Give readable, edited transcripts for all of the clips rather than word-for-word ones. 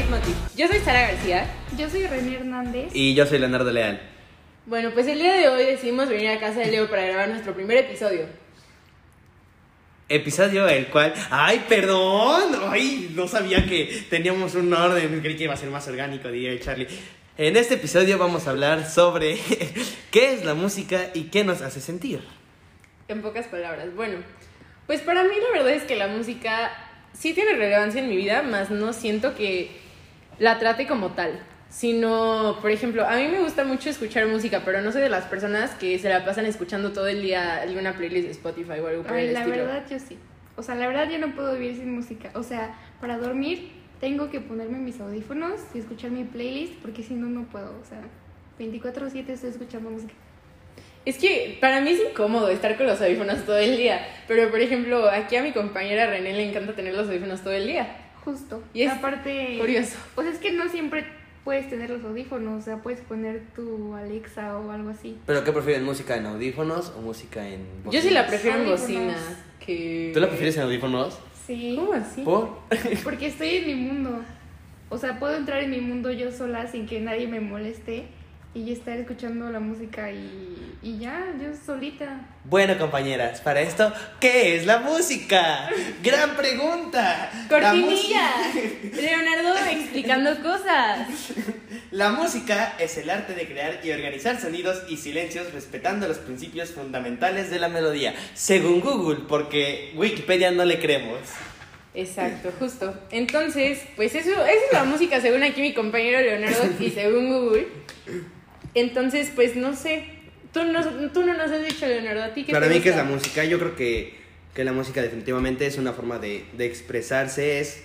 Leitmotiv. Yo soy Sara García. Yo soy René Hernández. Y yo soy Leonardo Leal. Bueno, pues el día de hoy decidimos venir a casa de Leo para grabar nuestro primer episodio. Episodio el cual... ¡Ay, perdón! ¡Ay! No sabía que teníamos un orden. Creí que iba a ser más orgánico, diría Charlie. En este episodio vamos a hablar sobre qué es la música y qué nos hace sentir. En pocas palabras. Bueno, pues para mí la verdad es que la música sí tiene relevancia en mi vida, más no siento que la trate como tal. Sino, por ejemplo, a mí me gusta mucho escuchar música, pero no soy de las personas que se la pasan escuchando todo el día alguna playlist de Spotify o algo por el estilo. La verdad yo sí. O sea, la verdad yo no puedo vivir sin música. O sea, para dormir tengo que ponerme mis audífonos y escuchar mi playlist, porque si no, no puedo. O sea, 24/7 estoy escuchando música. Es que para mí es incómodo estar con los audífonos todo el día. Pero, por ejemplo, aquí a mi compañera René le encanta tener los audífonos todo el día. Justo. Y es aparte, curioso. Pues es que no siempre puedes tener los audífonos. O sea, puedes poner tu Alexa o algo así. ¿Pero qué prefieren? ¿Música en audífonos o música en bocinas? Yo sí la prefiero en Audífonos. bocina. Que... ¿Tú la prefieres en audífonos? Sí. ¿Cómo así? ¿Por? Porque estoy en mi mundo. O sea, puedo entrar en mi mundo yo sola sin que nadie me moleste y estar escuchando la música y ya, yo solita. Bueno, compañeras, para esto, ¿qué es la música? ¡Gran pregunta! ¡Cortinilla! Leonardo explicando cosas. La música es el arte de crear y organizar sonidos y silencios respetando los principios fundamentales de la melodía, según Google, porque Wikipedia no le creemos. Exacto, justo. Entonces, pues eso es la música según aquí mi compañero Leonardo y según Google. Entonces, pues no sé. Tú no nos has dicho, Leonardo, ¿a ti qué Para te mí, ¿qué es gusta? la música? Yo creo que la música definitivamente es una forma de expresarse, es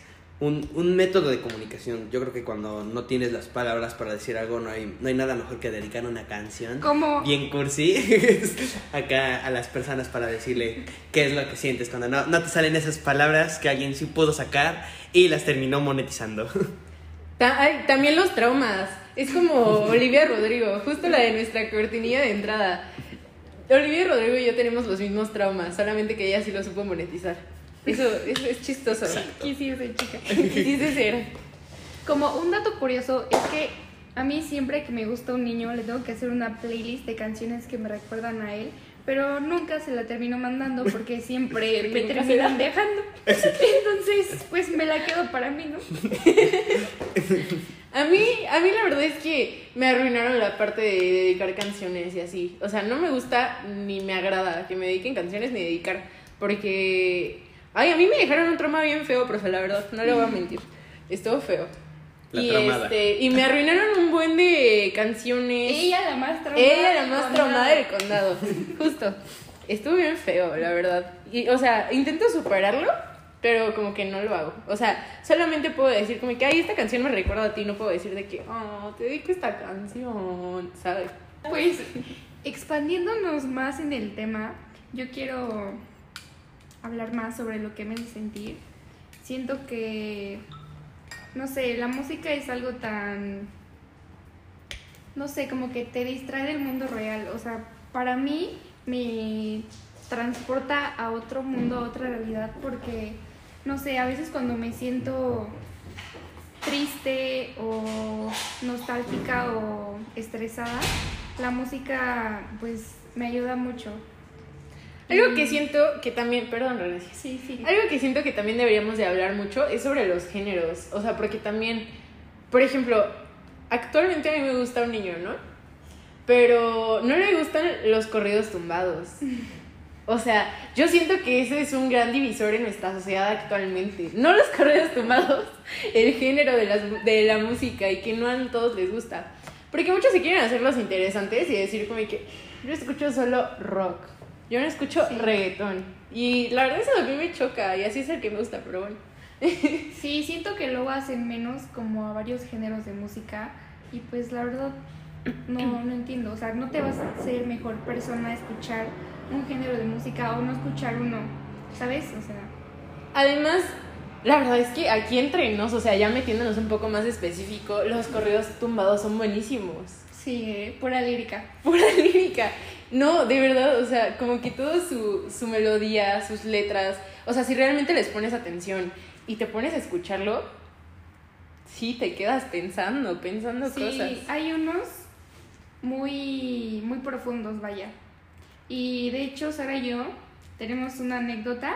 un método de comunicación. Yo creo que cuando no tienes las palabras para decir algo, no hay nada mejor que dedicar una canción ¿Cómo? bien cursi acá a las personas para decirle qué es lo que sientes cuando no te salen esas palabras que alguien sí pudo sacar y las terminó monetizando. También los traumas. Es como Olivia Rodrigo, justo la de nuestra cortinilla de entrada. Olivia Rodrigo y yo tenemos los mismos traumas, solamente que ella sí lo supo monetizar. Eso es chistoso. Quisiese, chica. Quisiste ser. Como un dato curioso es que a mí siempre que me gusta un niño le tengo que hacer una playlist de canciones que me recuerdan a él, pero nunca se la termino mandando porque siempre me Nunca terminan dejando. Entonces, pues me la quedo para mí, ¿no? A mí la verdad es que me arruinaron la parte de dedicar canciones y así. O sea, no me gusta ni me agrada que me dediquen canciones ni dedicar. Porque, a mí me dejaron un trauma bien feo, profe, la verdad, no le voy a mentir. Estuvo feo. La traumada. Y me arruinaron un buen de canciones. Ella la más traumada. Ella la más traumada del condado. Justo. Estuvo bien feo, la verdad. Y, o sea, intento superarlo, pero como que no lo hago. O sea, solamente puedo decir como que, esta canción me recuerda a ti. No puedo decir de que, te dedico esta canción, ¿sabes? Pues, expandiéndonos más en el tema, yo quiero hablar más sobre lo que me hace sentir. Siento que, no sé, la música es algo tan, no sé, como que te distrae del mundo real. O sea, para mí me transporta a otro mundo, a otra realidad, porque, no sé, a veces cuando me siento triste o nostálgica o estresada, la música pues me ayuda mucho. Algo que siento que también, perdón, René. Sí. Algo que siento que también deberíamos de hablar mucho es sobre los géneros. O sea, porque también, por ejemplo, actualmente a mí me gusta un niño, ¿no? Pero no le gustan los corridos tumbados. O sea, yo siento que ese es un gran divisor en nuestra sociedad actualmente. No los corridos tumbados, el género de la música, y que no a todos les gusta. Porque muchos se quieren hacer los interesantes y decir como que yo escucho solo rock. Yo no escucho reggaetón. Y la verdad eso a mí me choca y así es el que me gusta, pero bueno. Sí, siento que luego hacen menos como a varios géneros de música y pues la verdad no entiendo. O sea, no te vas a ser mejor persona a escuchar un género de música o no escuchar uno, ¿sabes? O sea, además, la verdad es que aquí entre nos, o sea, ya metiéndonos un poco más específico, los corridos tumbados son buenísimos. sí, pura lírica. Pura lírica. No, de verdad, o sea, como que toda su melodía, sus letras, o sea, si realmente les pones atención y te pones a escucharlo, Sí, te quedas pensando Sí, cosas. hay unos muy, muy profundos, vaya. Y de hecho, Sara y yo tenemos una anécdota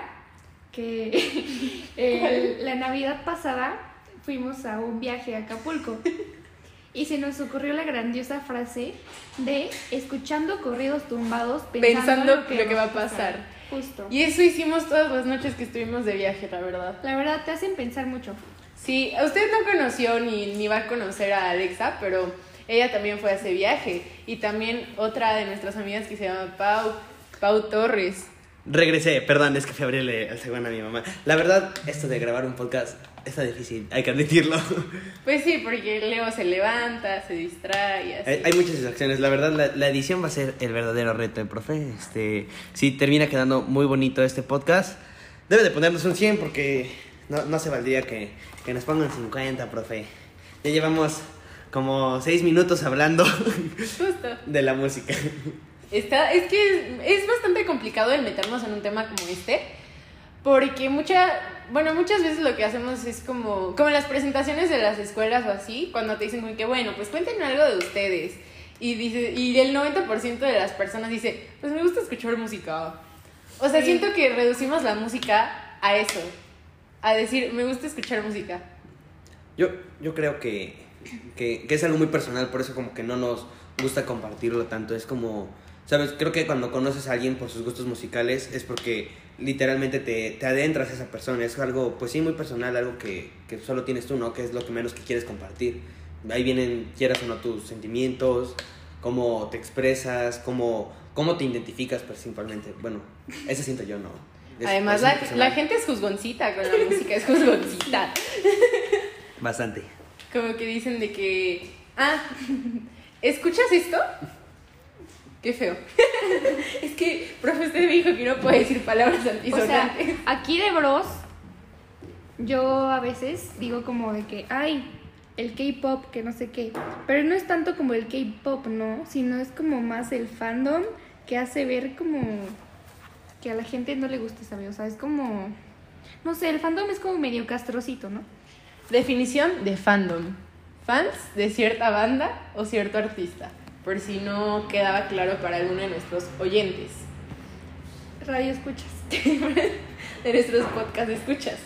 que la Navidad pasada fuimos a un viaje a Acapulco y se nos ocurrió la grandiosa frase de escuchando corridos tumbados Pensando lo que va a pasar. Justo. Y eso hicimos todas las noches que estuvimos de viaje, la verdad. La verdad te hacen pensar mucho. Sí, usted no conoció ni va a conocer a Alexa, pero ella también fue a ese viaje. Y también otra de nuestras amigas que se llama Pau Torres. Regresé, perdón, es que fui a abrirle el segundo a mi mamá. La verdad, esto de grabar un podcast está difícil, hay que admitirlo. Pues sí, porque Leo se levanta, se distrae y así. Hay muchas distracciones, la verdad la edición va a ser el verdadero reto del profe. Si termina quedando muy bonito este podcast, debe de ponernos un 100 porque no se valdría que nos pongan 50, profe. Ya llevamos como 6 minutos hablando Justo. de la música. Es que es bastante complicado el meternos en un tema como este, porque muchas veces lo que hacemos es como en las presentaciones de las escuelas o así, cuando te dicen como que bueno, pues cuéntenme algo de ustedes, y el 90% de las personas dice, pues me gusta escuchar música. O sea, Sí. siento que reducimos la música a eso, a decir, me gusta escuchar música. Yo creo que es algo muy personal, por eso como que no nos gusta compartirlo tanto. Es como, ¿sabes? Creo que cuando conoces a alguien por sus gustos musicales es porque literalmente te adentras a esa persona. Es algo, pues sí, muy personal, algo que solo tienes tú, ¿no? Que es lo que menos que quieres compartir. Ahí vienen, quieras o no, tus sentimientos, cómo te expresas, cómo te identificas principalmente. Bueno, eso siento yo, ¿no? Además, muy la personal. gente es juzgoncita con la música, es juzgoncita. Bastante. Como que dicen de que, ¿escuchas esto? Qué feo. Es que, profe, usted me dijo que no puede decir palabras O sea, antisonantes. aquí de bros, yo a veces digo como de que, ay, el K-pop, que no sé qué. Pero no es tanto como el K-pop, ¿no? Sino es como más el fandom que hace ver como que a la gente no le gusta, ¿sabes? O sea, es como, no sé, el fandom es como medio castrocito, ¿no? Definición de fandom. Fans de cierta banda o cierto artista. Por si no quedaba claro para alguno de nuestros oyentes. Radio escuchas. De nuestros podcast escuchas.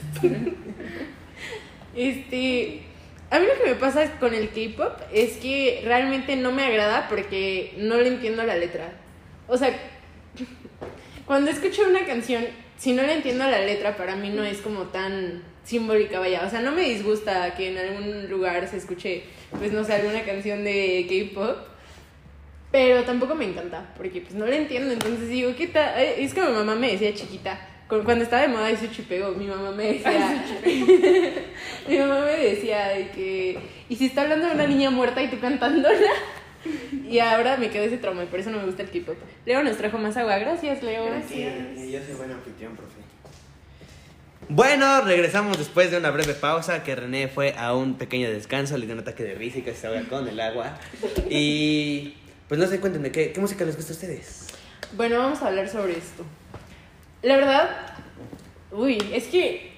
A mí lo que me pasa con el K-pop es que realmente no me agrada porque no le entiendo la letra. O sea, cuando escucho una canción, si no le entiendo la letra, para mí no es como tan simbólica, vaya. O sea, no me disgusta que en algún lugar se escuche, pues no sé, alguna canción de K-pop. Pero tampoco me encanta, porque pues no la entiendo. Entonces digo, ¿qué tal? Es que mi mamá me decía chiquita, cuando estaba de moda ese chipego, mi mamá me decía, mi mamá me decía de que, ¿y si está hablando de una niña muerta y tú cantándola? Y ahora me quedó ese trauma y por eso no me gusta el K-pop. Leo nos trajo más agua. Gracias, Leo. Gracias. Yo soy buen anfitrión, profe. Bueno, regresamos después de una breve pausa, que René fue a un pequeño descanso, le dio un ataque de risa y casi se ahoga con el agua. Y pues no sé, cuéntenme, ¿qué música les gusta a ustedes? Bueno, vamos a hablar sobre esto. La verdad, es que,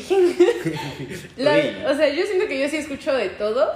o sea, yo siento que yo sí escucho de todo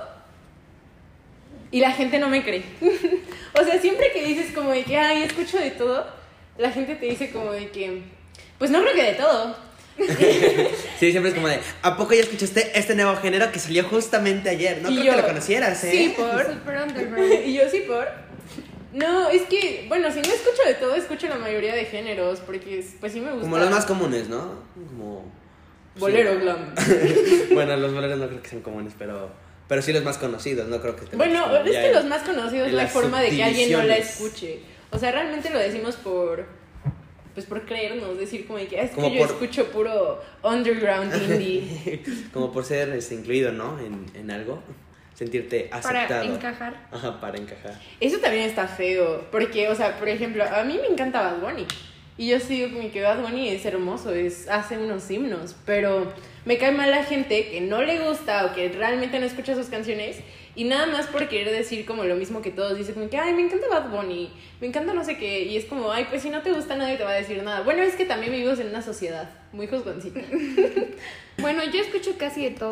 y la gente no me cree. O sea, siempre que dices como de que, ay, escucho de todo, la gente te dice como de que, pues no creo que de todo. Sí, siempre es como de, ¿a poco ya escuchaste este nuevo género que salió justamente ayer? No Y creo yo, que lo conocieras, ¿eh? Sí, por. Super underground. Y yo sí, por. No, es que, bueno, si no escucho de todo, escucho la mayoría de géneros, porque pues sí me gusta. Como los más comunes, ¿no? Como... Bolero, sí. glam. Bueno, los boleros no creo que sean comunes, pero sí los más conocidos, no creo que estén Bueno, como es ya que en- los más conocidos en no hay las forma de que alguien no la subdivisiones. escuche. O sea, realmente lo decimos por creernos, decir como de que es Como que yo por- escucho puro underground indie. Como por ser incluido, ¿no? En algo. Sentirte aceptado. Para encajar. Ajá, para encajar. Eso también está feo, porque, o sea, por ejemplo, a mí me encanta Bad Bunny. Y yo sí digo como que Bad Bunny es hermoso, hace unos himnos, pero me cae mal la gente que no le gusta o que realmente no escucha sus canciones y nada más por querer decir como lo mismo que todos, dice como que, ay, me encanta Bad Bunny, me encanta no sé qué, y es como, ay, pues si no te gusta nadie te va a decir nada. Bueno, es que también vivimos en una sociedad muy juzgoncita. Bueno, yo escucho casi de todo,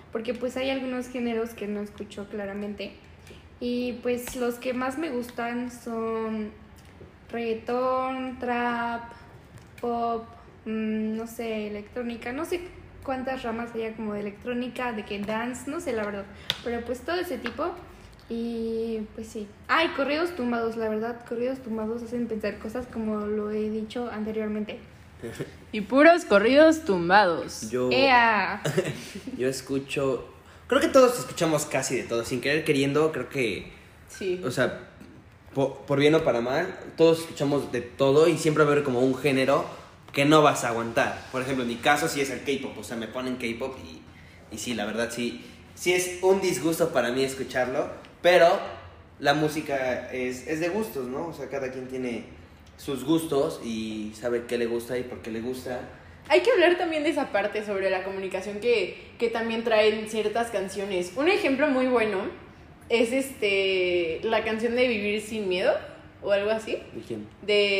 porque pues hay algunos géneros que no escucho claramente. Y pues los que más me gustan son reggaetón, trap, pop, no sé, electrónica, no sé cuántas ramas haya como de electrónica, de que dance, no sé la verdad, pero pues todo ese tipo. Y pues sí. Ay, corridos tumbados, la verdad, corridos tumbados hacen pensar cosas como lo he dicho anteriormente. Y puros corridos tumbados. ¡Ea! Yo escucho... Creo que todos escuchamos casi de todo, sin querer queriendo, creo que... Sí. O sea, por bien o para mal, todos escuchamos de todo y siempre va a haber como un género que no vas a aguantar. Por ejemplo, en mi caso sí es el K-pop, o sea, me ponen K-pop y sí, la verdad sí es un disgusto para mí escucharlo, pero la música es de gustos, ¿no? O sea, cada quien tiene sus gustos y sabe qué le gusta y por qué le gusta. Hay que hablar también de esa parte sobre la comunicación que también traen ciertas canciones. Un ejemplo muy bueno es la canción de Vivir sin miedo o algo así. ¿De quién?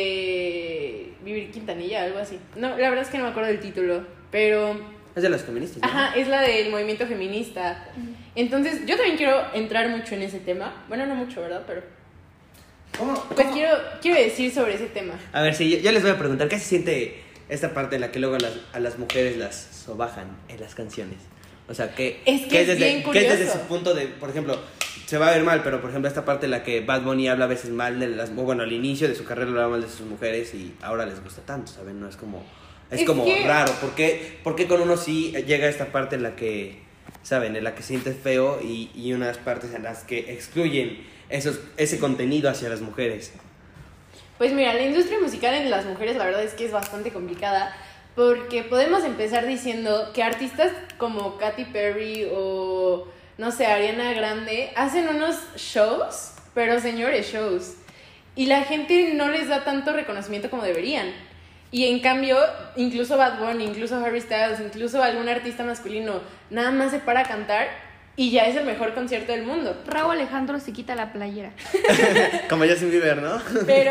De Vivir Quintanilla, algo así. No, la verdad es que no me acuerdo del título, pero... Es de las feministas, ¿no? Ajá, es la del movimiento feminista. Entonces, yo también quiero entrar mucho en ese tema. Bueno, no mucho, ¿verdad? Pero... Pues quiero decir sobre ese tema. A ver, sí, yo les voy a preguntar, ¿qué se siente esta parte en la que luego a las mujeres las sobajan en las canciones? O sea, que es bien curioso. Que es desde su punto de, por ejemplo, se va a ver mal, pero por ejemplo esta parte en la que Bad Bunny habla a veces mal de las... Bueno, al inicio de su carrera hablaba mal de sus mujeres y ahora les gusta tanto, ¿saben? No es como... Es como que... raro, ¿por qué con uno sí llega esta parte en la que, ¿saben? En la que sientes feo y unas partes en las que excluyen ese contenido hacia las mujeres? Pues mira, la industria musical en las mujeres la verdad es que es bastante complicada porque podemos empezar diciendo que artistas como Katy Perry o, no sé, Ariana Grande hacen unos shows, pero señores shows, y la gente no les da tanto reconocimiento como deberían. Y en cambio, incluso Bad Bunny, incluso Harry Styles, incluso algún artista masculino, nada más se para a cantar y ya es el mejor concierto del mundo. Raúl Alejandro se quita la playera. Como Justin Bieber, ¿no? Pero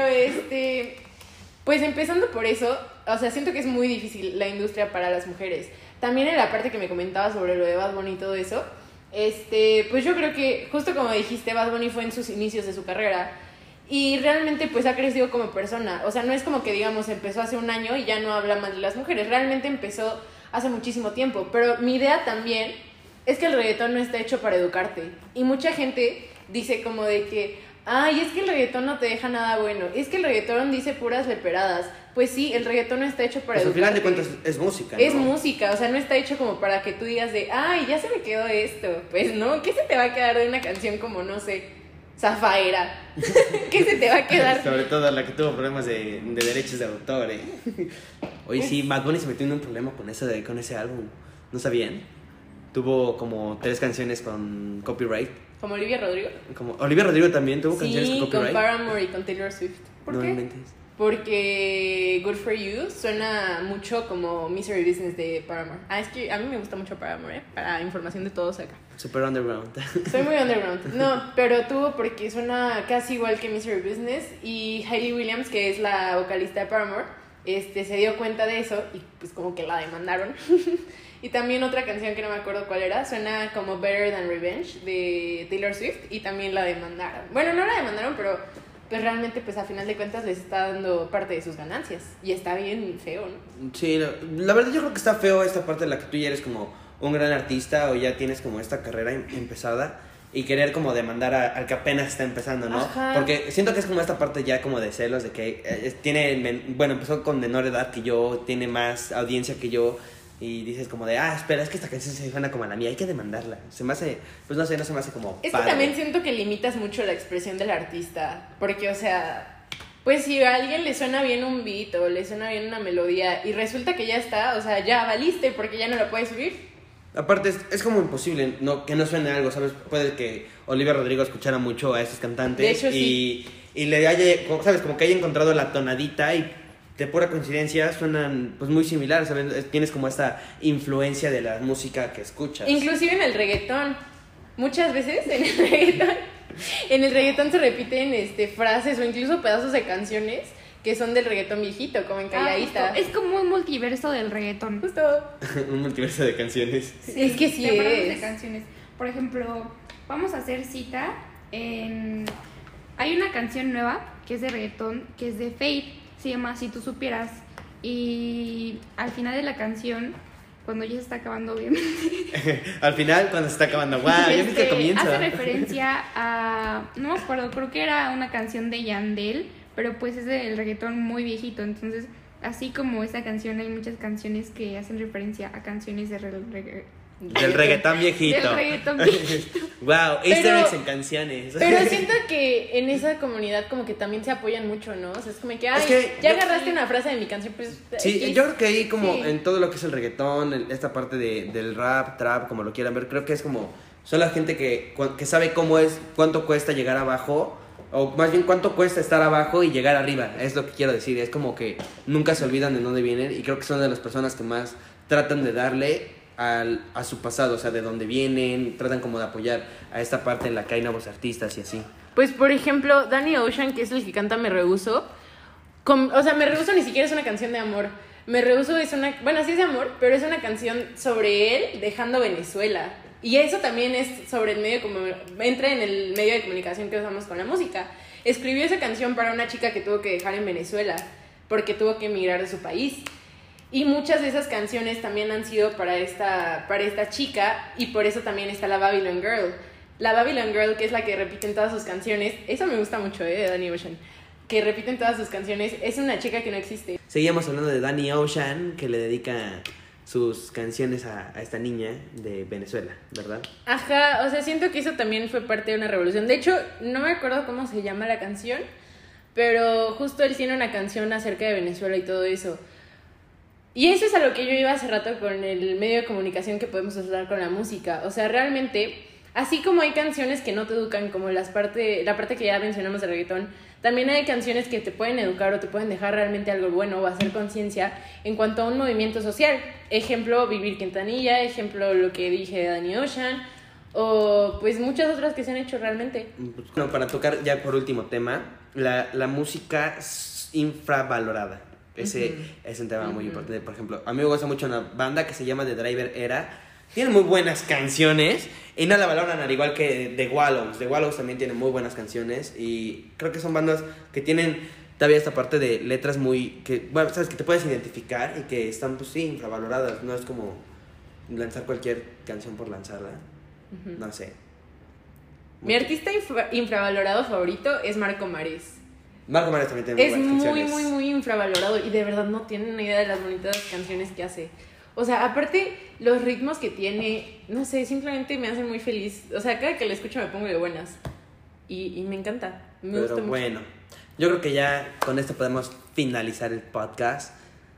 pues empezando por eso, o sea, siento que es muy difícil la industria para las mujeres. También en la parte que me comentaba sobre lo de Bad Bunny y todo eso, pues yo creo que, justo como dijiste, Bad Bunny fue en sus inicios de su carrera y realmente pues ha crecido como persona. O sea, no es como que digamos empezó hace un año y ya no habla mal de las mujeres, realmente empezó hace muchísimo tiempo. Pero mi idea también es que el reggaetón no está hecho para educarte. Y mucha gente dice como de que, ay, es que el reggaetón no te deja nada bueno, es que el reggaetón dice puras leperadas. Pues sí, el reggaetón no está hecho para educarte. Al final de cuentas es música, ¿no? Es música, o sea, no está hecho como para que tú digas de, ay, ya se me quedó esto. Pues no, ¿qué se te va a quedar de una canción como, no sé, Zafaera? ¿Qué se te va a quedar? Sobre todo la que tuvo problemas de derechos de autor, ¿eh? Oye, sí, Bad Bunny se metió en un problema con ese álbum. ¿No sabían? Tuvo como 3 canciones con copyright. ¿Como Olivia Rodrigo? Como Olivia Rodrigo también tuvo canciones con copyright. Sí, con Paramore y con Taylor Swift. ¿Por no qué? Inventes. Porque Good For You suena mucho como Misery Business de Paramore. Es que a mí me gusta mucho Paramore, para información de todos acá. Super underground. Soy muy underground. No, pero tuvo porque suena casi igual que Misery Business. Y Hayley Williams, que es la vocalista de Paramore, se dio cuenta de eso y pues como que la demandaron. Y también otra canción que no me acuerdo cuál era, suena como Better Than Revenge de Taylor Swift y también la demandaron. Bueno, no la demandaron, pero pues realmente pues a final de cuentas les está dando parte de sus ganancias y está bien feo, ¿no? Sí, la verdad yo creo que está feo esta parte en la que tú ya eres como un gran artista o ya tienes como esta carrera empezada y querer como demandar al que apenas está empezando, ¿no? Ajá. Porque siento que es como esta parte ya como de celos de que empezó con menor edad que yo, tiene más audiencia que yo. Y dices como de, espera, es que esta canción se suena como a la mía, hay que demandarla. Se me hace, pues no sé, no se me hace como Es padre. que también siento que limitas mucho la expresión del artista. Porque, o sea, pues si a alguien le suena bien un beat o le suena bien una melodía y resulta que ya está, o sea, ya valiste porque ya no lo puedes subir. Aparte, es como imposible que no suene algo, ¿sabes? Puede que Olivia Rodrigo escuchara mucho a estos cantantes. De hecho, sí. Y le haya, ¿sabes? Como que haya encontrado la tonadita y de pura coincidencia suenan pues muy similares, ¿sabes? Tienes como esta influencia de la música que escuchas. Inclusive en el reggaetón. Muchas veces en el reggaetón se repiten frases o incluso pedazos de canciones que son del reggaetón viejito, como en Calladita. Es como un multiverso del reggaetón. Justo. Un multiverso de canciones. Sí, es que sí temporadas es. de canciones. Por ejemplo, vamos a hacer cita en... Hay una canción nueva que es de reggaetón, que es de Fate, se llama Si Tú Supieras. Y al final de la canción, cuando ya se está acabando, obviamente. Al final, cuando se está acabando, wow, ya vi que comienza. Hace referencia a... No me acuerdo, creo que era una canción de Yandel, pero pues es del reggaetón muy viejito. Entonces, así como esa canción, hay muchas canciones que hacen referencia a canciones de Del reggaetón viejito. Del reggaetón viejito. Wow, easter eggs en canciones. Pero siento que en esa comunidad como que también se apoyan mucho, ¿no? O sea, es como que, ay, Es que ya yo- agarraste una frase de mi canción, pues... Sí, yo creo que ahí como Sí. en todo lo que es el reggaetón, esta parte del rap, trap, como lo quieran ver, creo que es como, son la gente que sabe cómo es, cuánto cuesta llegar abajo, o más bien cuánto cuesta estar abajo y llegar arriba, es lo que quiero decir, es como que nunca se olvidan de dónde vienen y creo que son de las personas que más tratan de darle a su pasado, o sea, de dónde vienen, tratan como de apoyar a esta parte en la que hay nuevos artistas y así. Pues, por ejemplo, Danny Ocean, que es el que canta Me Rehuso. O sea, Me Rehuso ni siquiera es una canción de amor. Me Rehuso es una... Bueno, sí es de amor, pero es una canción sobre él dejando Venezuela. Y eso también es sobre el medio... como entra en el medio de comunicación que usamos con la música. Escribió esa canción para una chica que tuvo que dejar en Venezuela porque tuvo que emigrar de su país. Y muchas de esas canciones también han sido para esta chica, y por eso también está la Babylon Girl. La Babylon Girl, que es la que repite en todas sus canciones, eso me gusta mucho, de Danny Ocean, que repite en todas sus canciones, es una chica que no existe. Seguíamos hablando de Danny Ocean, que le dedica sus canciones a esta niña de Venezuela, ¿verdad? Ajá, o sea, siento que eso también fue parte de una revolución. De hecho, no me acuerdo cómo se llama la canción, pero justo él tiene una canción acerca de Venezuela y todo eso. Y eso es a lo que yo iba hace rato con el medio de comunicación que podemos usar con la música. O sea, realmente, así como hay canciones que no te educan, como la parte que ya mencionamos de reggaetón, también hay canciones que te pueden educar o te pueden dejar realmente algo bueno o hacer conciencia en cuanto a un movimiento social. Ejemplo, Vivir Quintanilla, ejemplo, lo que dije de Danny Ocean, o pues muchas otras que se han hecho realmente. Bueno, para tocar ya por último tema, la música es infravalorada. Ese es un tema muy importante. Por ejemplo, a mí me gusta mucho una banda que se llama The Driver Era. Tienen muy buenas canciones y no la valoran al igual que The Wallows. The Wallows también tiene muy buenas canciones y creo que son bandas que tienen todavía esta parte de letras muy... que bueno, sabes, que te puedes identificar y que están, pues sí, infravaloradas. No es como lanzar cualquier canción por lanzarla. No sé. Mi artista infravalorado favorito es Marco Mares. Marco Mares también tiene muy buenas canciones. Es muy infravalorado y de verdad no tienen una idea de las bonitas canciones que hace. O sea, aparte, los ritmos que tiene, no sé, simplemente me hacen muy feliz. O sea, cada que lo escucho me pongo de buenas. Y me encanta, me gusta mucho. Bueno, yo creo que ya con esto podemos finalizar el podcast.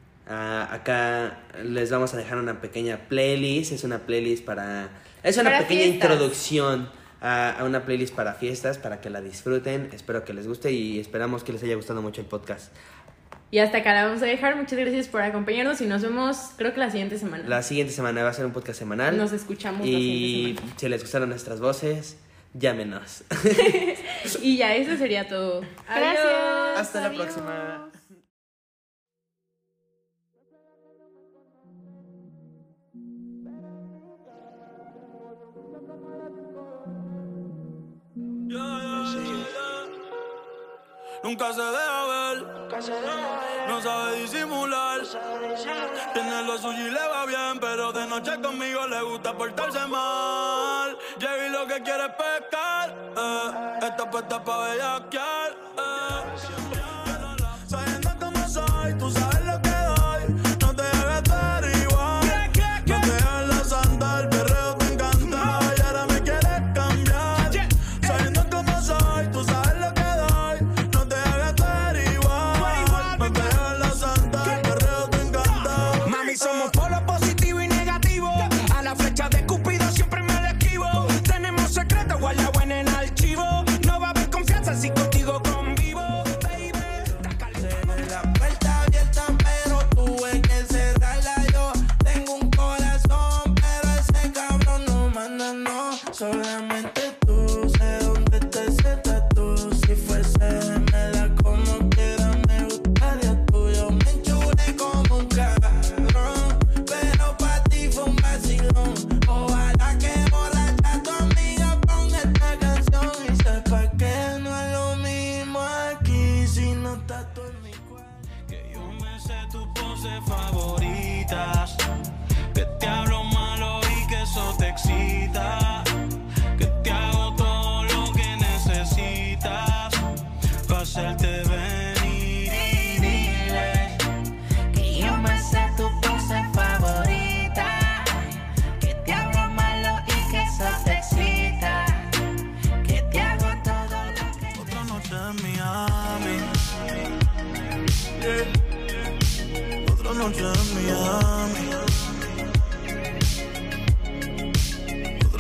Acá les vamos a dejar una pequeña playlist. Es una playlist para... Es una para pequeña fiestas. Introducción a una playlist para fiestas, para que la disfruten. Espero que les guste y esperamos que les haya gustado mucho el podcast. Y hasta acá la vamos a dejar. Muchas gracias por acompañarnos y nos vemos, creo que la siguiente semana. La siguiente semana va a ser un podcast semanal. Nos escuchamos la siguiente Y semana. si les gustaron nuestras voces, llámenos. Y ya, eso sería todo. Gracias. Adiós. Hasta la Adiós. próxima. Nunca se deja ver, no sabe disimular. Tiene lo suyo y le va bien, pero de noche conmigo le gusta portarse mal. Llegué y lo que quiere es pescar, está puesta pa' bellaquear, Sabiendo cómo soy, tú sabes lo que doy. No te hagas estar igual, no te hagas andar, el perreo te encanta y ahora me quieres cambiar. Sabiendo cómo soy, tú sabes lo que doy. No te hagas estar igual, no te hagas andar, el perreo te encanta. Mami, somos polo positivo y negativo. A la flecha de Cupido siempre me la esquivo. Tenemos secretos guardados en el archivo. No va a haber confianza si contigo convivo, baby. La puerta abierta, pero tuve que cerrarla yo. Tengo un corazón, pero ese cabrón no manda, no. Solamente tú, sé dónde te sientas tú. Si fuese gemela como quiera me gusta.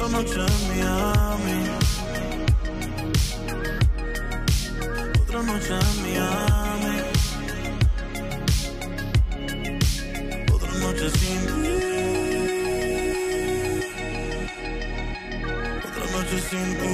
noche en Miami. Otra noche en Miami. Otra noche sin ti. Otra noche sin ti.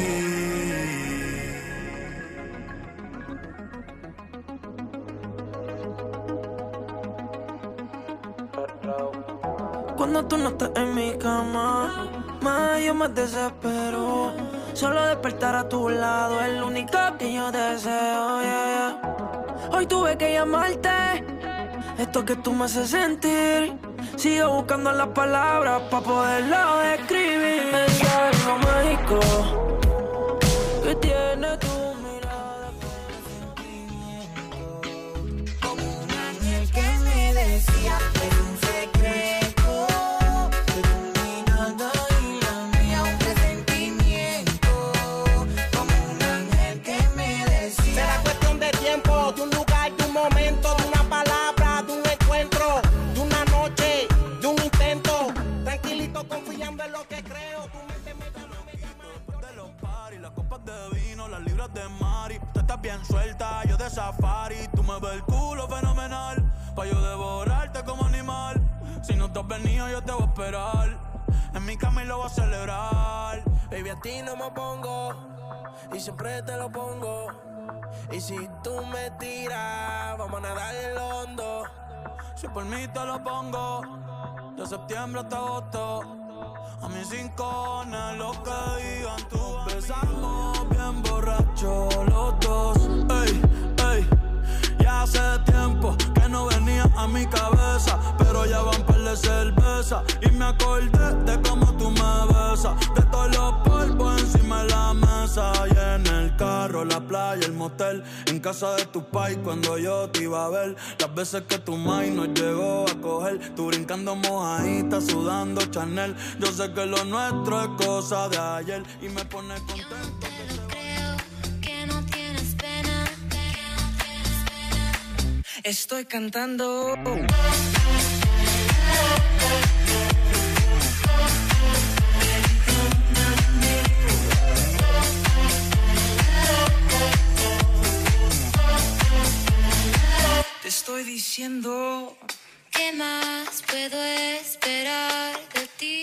Cuando tú no estás en mi cama, más yo me desespero. Solo despertar a tu lado es lo único que yo deseo, yeah, yeah. Hoy tuve que llamarte, esto que tú me haces sentir. Sigo buscando las palabras para poderlo describir. Es algo mágico que tiene tu mirada con sentimiento. Como un ángel que me decía que es un secreto. Iluminando y la mía un presentimiento. Como un ángel que me decía. Será cuestión de tiempo, de un lugar, de un momento, de una palabra, de un encuentro, de una noche, de un intento. Tranquilito, confiando en lo que creo. Tu mente me llama, me llama. De los paris, las copas de vino, las libras de Mari. Tú estás bien suelta, yo de safari. Tú me ves el culo fenomenal, pa' yo devorarte como animal. Si no te has venido, yo te voy a esperar. En mi cama y lo voy a celebrar. Baby, a ti no me pongo y siempre te lo pongo. Y si tú me tiras, vamos a nadar en lo hondo. Si por mí te lo pongo, de septiembre hasta agosto. A mis 5 cojones lo que digan tú. Empezamos bien borrachos los dos. Ey, ey. Ya hace tiempo que no venía a mi cabeza, pero ya van par de cerveza. Y me acordé de cómo tú me besas, de todos los polvos encima de la mesa. Y en el carro, la playa, el motel, en casa de tu pai cuando yo te iba a ver. Las veces que tu mai nos llegó a coger, tú brincando mojadita, sudando Chanel. Yo sé que lo nuestro es cosa de ayer y me pone contento. Estoy cantando. Te estoy diciendo. ¿Qué más puedo esperar de ti?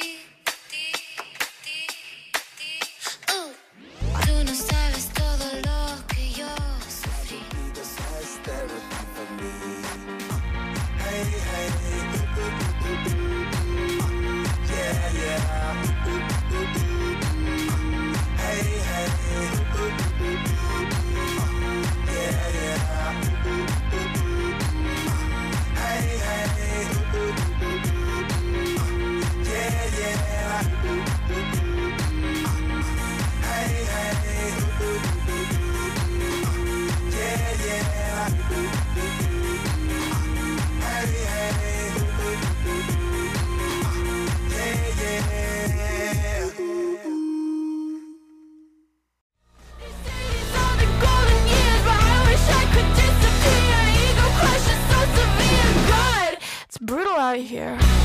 Tú no sabes todo lo que yo sufrí. Brutal out here.